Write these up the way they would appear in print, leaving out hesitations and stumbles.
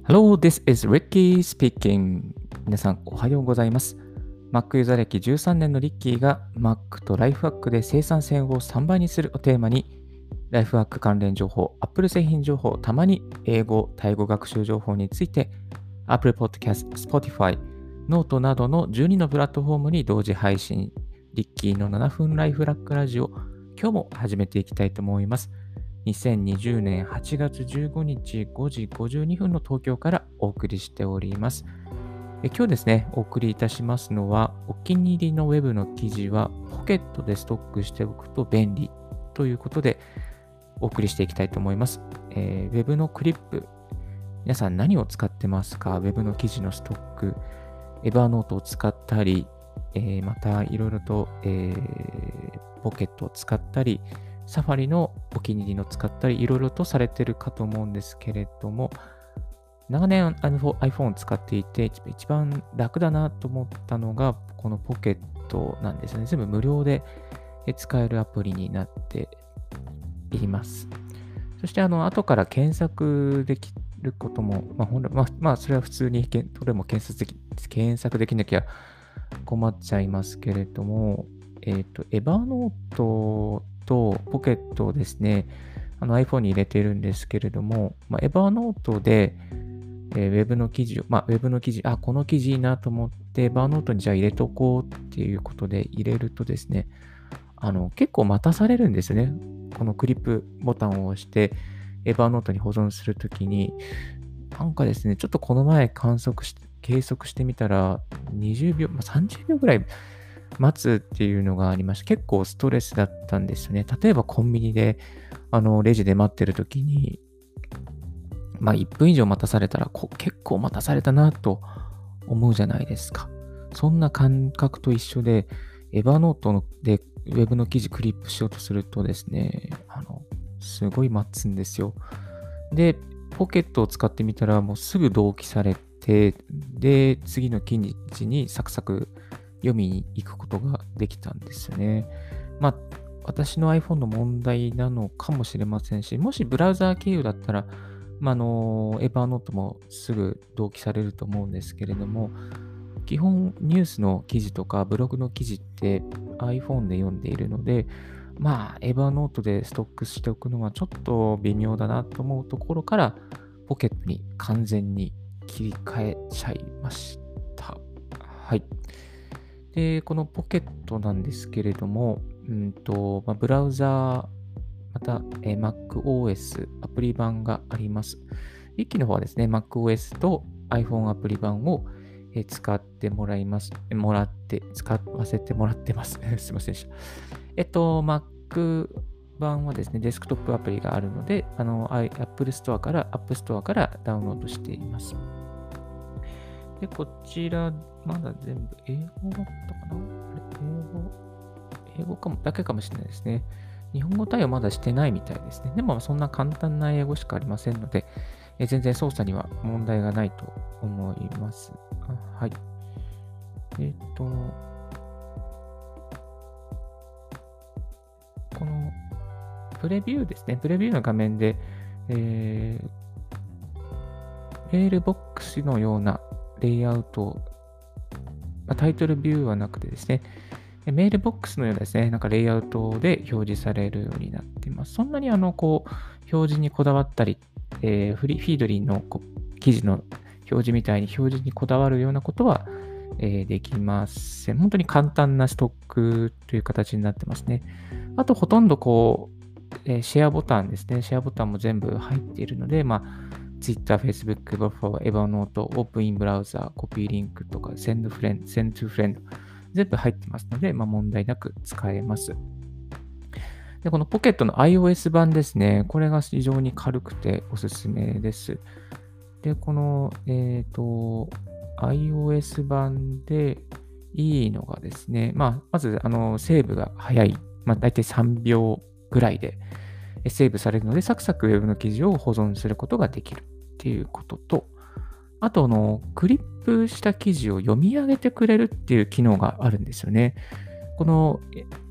Hello, this is Ricky speaking. 皆さん、おはようございます。Mac ユーザー歴13年のリッキーが Mac とライフハックで生産性を3倍にするをテーマに、ライフハック関連情報、Apple 製品情報、たまに英語、タイ語学習情報について、Apple Podcast、Spotify、ノートなどの12のプラットフォームに同時配信、リッキーの7分ライフラックラジオ、今日も始めていきたいと思います。2020年8月15日5時52分の東京からお送りしております。今日ですね、お送りいたしますのは、お気に入りのウェブの記事はポケットでストックしておくと便利ということでお送りしていきたいと思います。ウェブのクリップ、皆さん何を使ってますか？ウェブの記事のストック、エバーノートを使ったり、またいろいろと、ポケットを使ったり、サファリのお気に入りの使ったり、いろいろとされてるかと思うんですけれども、長年iPhone を使っていて、一番楽だなと思ったのが、このポケットなんですね。全部無料で使えるアプリになっています。そして、後から検索できることも、それは普通にどれも検索できなきゃ困っちゃいますけれども、エバーノートとポケットをですね、iPhone に入れているんですけれども、エバーノートで、ウェブの記事を、この記事いいなと思って、エバーノートにじゃあ入れとこうっていうことで入れるとですね、結構待たされるんですね。このクリップボタンを押して、エバーノートに保存するときに、なんかですね、ちょっとこの前計測してみたら、20秒、30秒ぐらい待つっていうのがありまして、結構ストレスだったんですよね。例えばコンビニで、レジで待ってる時に、1分以上待たされたら、結構待たされたなと思うじゃないですか。そんな感覚と一緒で、エヴァノートでウェブの記事クリップしようとするとですね、すごい待つんですよ。で、ポケットを使ってみたら、もうすぐ同期されて、で、次の記事にサクサク読みに行くことができたんですよね。私の iPhone の問題なのかもしれませんし、もしブラウザー経由だったら、エヴァーノートもすぐ同期されると思うんですけれども、基本ニュースの記事とかブログの記事って iPhone で読んでいるので、エヴァーノートでストックしておくのはちょっと微妙だなと思うところから、ポケットに完全に切り替えちゃいました。はい。で、このポケットなんですけれども、ブラウザー、また、MacOS アプリ版があります。リッキーの方はですね、MacOS と iPhone アプリ版を使わせてもらってます。すいませんでした。Mac 版はですね、デスクトップアプリがあるので、Apple Store から、App Store からダウンロードしています。で、こちら、まだ全部英語だったかな？英語だけかもしれないですね。日本語対応まだしてないみたいですね。でも、そんな簡単な英語しかありませんので、全然操作には問題がないと思います。はい。このプレビューですね。プレビューの画面で、メールボックスのようなレイアウト、タイトルビューはなくてですね、メールボックスのようなですね、なんかレイアウトで表示されるようになっています。そんなに表示にこだわったり、フィードリーの記事の表示みたいに表示にこだわるようなことは、できません。本当に簡単なストックという形になってますね。あと、ほとんどシェアボタンですね。シェアボタンも全部入っているので、Twitter、Facebook、Buffer、Evernote、Open in Browser、Copy Link とか Send to Friend 全部入ってますので、問題なく使えます。で、このポケットの iOS 版ですね。これが非常に軽くておすすめです。で、この、iOS 版でいいのがですね、まず、セーブが早い。だいたい3秒ぐらいでセーブされるので、サクサクウェブの記事を保存することができるっていうことと、あと、クリップした記事を読み上げてくれるっていう機能があるんですよね。この、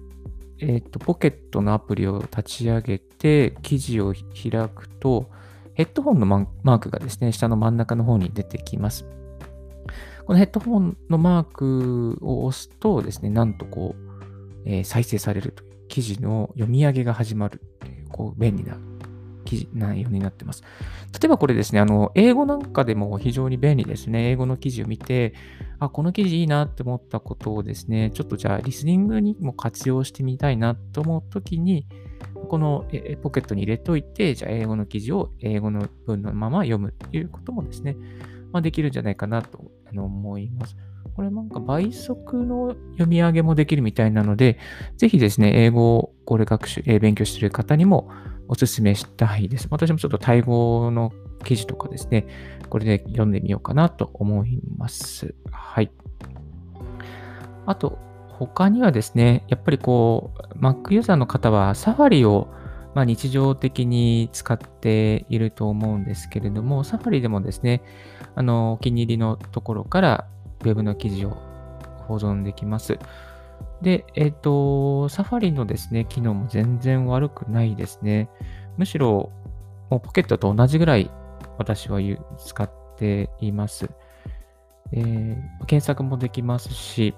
ポケットのアプリを立ち上げて、記事を開くと、 ヘッドホンのマークがですね、下の真ん中の方に出てきます。このヘッドホンのマークを押すとですね、なんと再生されるという記事の読み上げが始まるという、便利な内容になってます。例えばこれですね、英語なんかでも非常に便利ですね。英語の記事を見て、この記事いいなって思ったことをですね、ちょっとじゃあリスニングにも活用してみたいなと思うときに、このポケットに入れといて、じゃあ英語の記事を英語の文のまま読むっていうこともですね、できるんじゃないかなと思います。これなんか倍速の読み上げもできるみたいなので、ぜひですね、英語をこれ勉強している方にもお勧めしたいです。私もちょっとタイ語の記事とかですね、これで読んでみようかなと思います。はい。あと、他にはですね、やっぱりMac ユーザーの方はサファリを日常的に使っていると思うんですけれども、サファリでもですね、お気に入りのところからウェブの記事を保存できます。で、サファリのですね、機能も全然悪くないですね。むしろ、もうポケットと同じぐらい私は使っています。検索もできますし、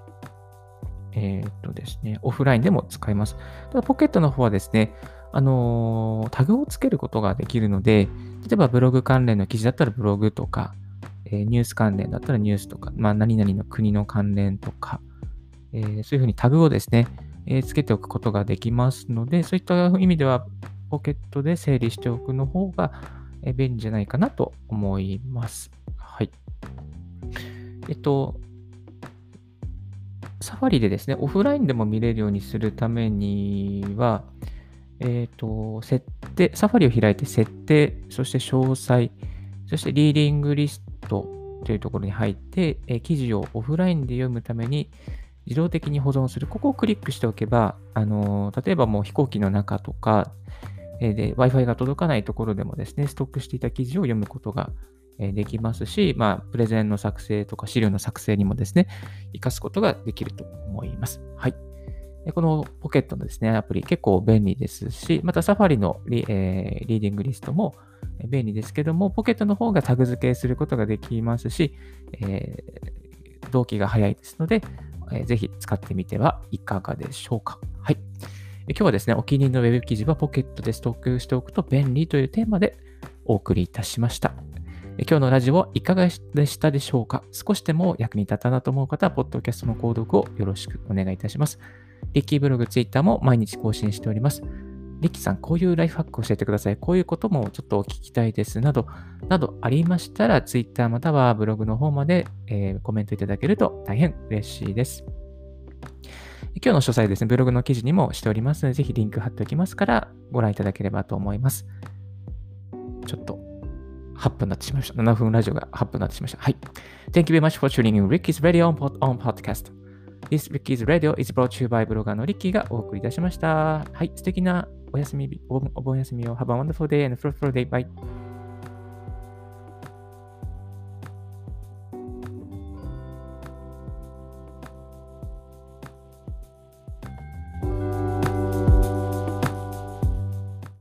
ですね、オフラインでも使えます。ただ、ポケットの方はですね、タグをつけることができるので、例えばブログ関連の記事だったらブログとか、ニュース関連だったらニュースとか、何々の国の関連とか、そういうふうにタグをですね、つけておくことができますので、そういった意味では、ポケットで整理しておくの方が便利じゃないかなと思います。はい。サファリでですね、オフラインでも見れるようにするためには、設定、サファリを開いて設定、そして詳細、そしてリーディングリストというところに入って、記事をオフラインで読むために自動的に保存する。ここをクリックしておけば、例えばもう飛行機の中とか、で Wi-Fi が届かないところでもですね、ストックしていた記事を読むことができますし、プレゼンの作成とか資料の作成にもですね、活かすことができると思います。はい。このポケットのですね、アプリ結構便利ですし、またサファリのリーディングリストも便利ですけども、ポケットの方がタグ付けすることができますし、同期が早いですので、ぜひ使ってみてはいかがでしょうか。はい。今日はですね、お気に入りのウェブ記事はポケットでストックしておくと便利というテーマでお送りいたしました。今日のラジオいかがでしたでしょうか。少しでも役に立ったなと思う方は、ポッドキャストの購読をよろしくお願いいたします。リッキーブログ、ツイッターも毎日更新しております。リッキーさん、こういうライフハックを教えてください。こういうこともちょっとお聞きたいです。などありましたら、ツイッターまたはブログの方まで、コメントいただけると大変嬉しいです。今日の詳細ですね、ブログの記事にもしておりますので、ぜひリンク貼っておきますから、ご覧いただければと思います。ちょっと8分になってしまいました。7分ラジオが8分になってしまいました。はい。Thank you very much for tuning in Ricky's Radio on podcast.This Ricky's Radio is brought to you by ブロガーのリッキーがお送りいたしました。はい。素敵なお盆休みを Have a wonderful day and fruitful day. Bye.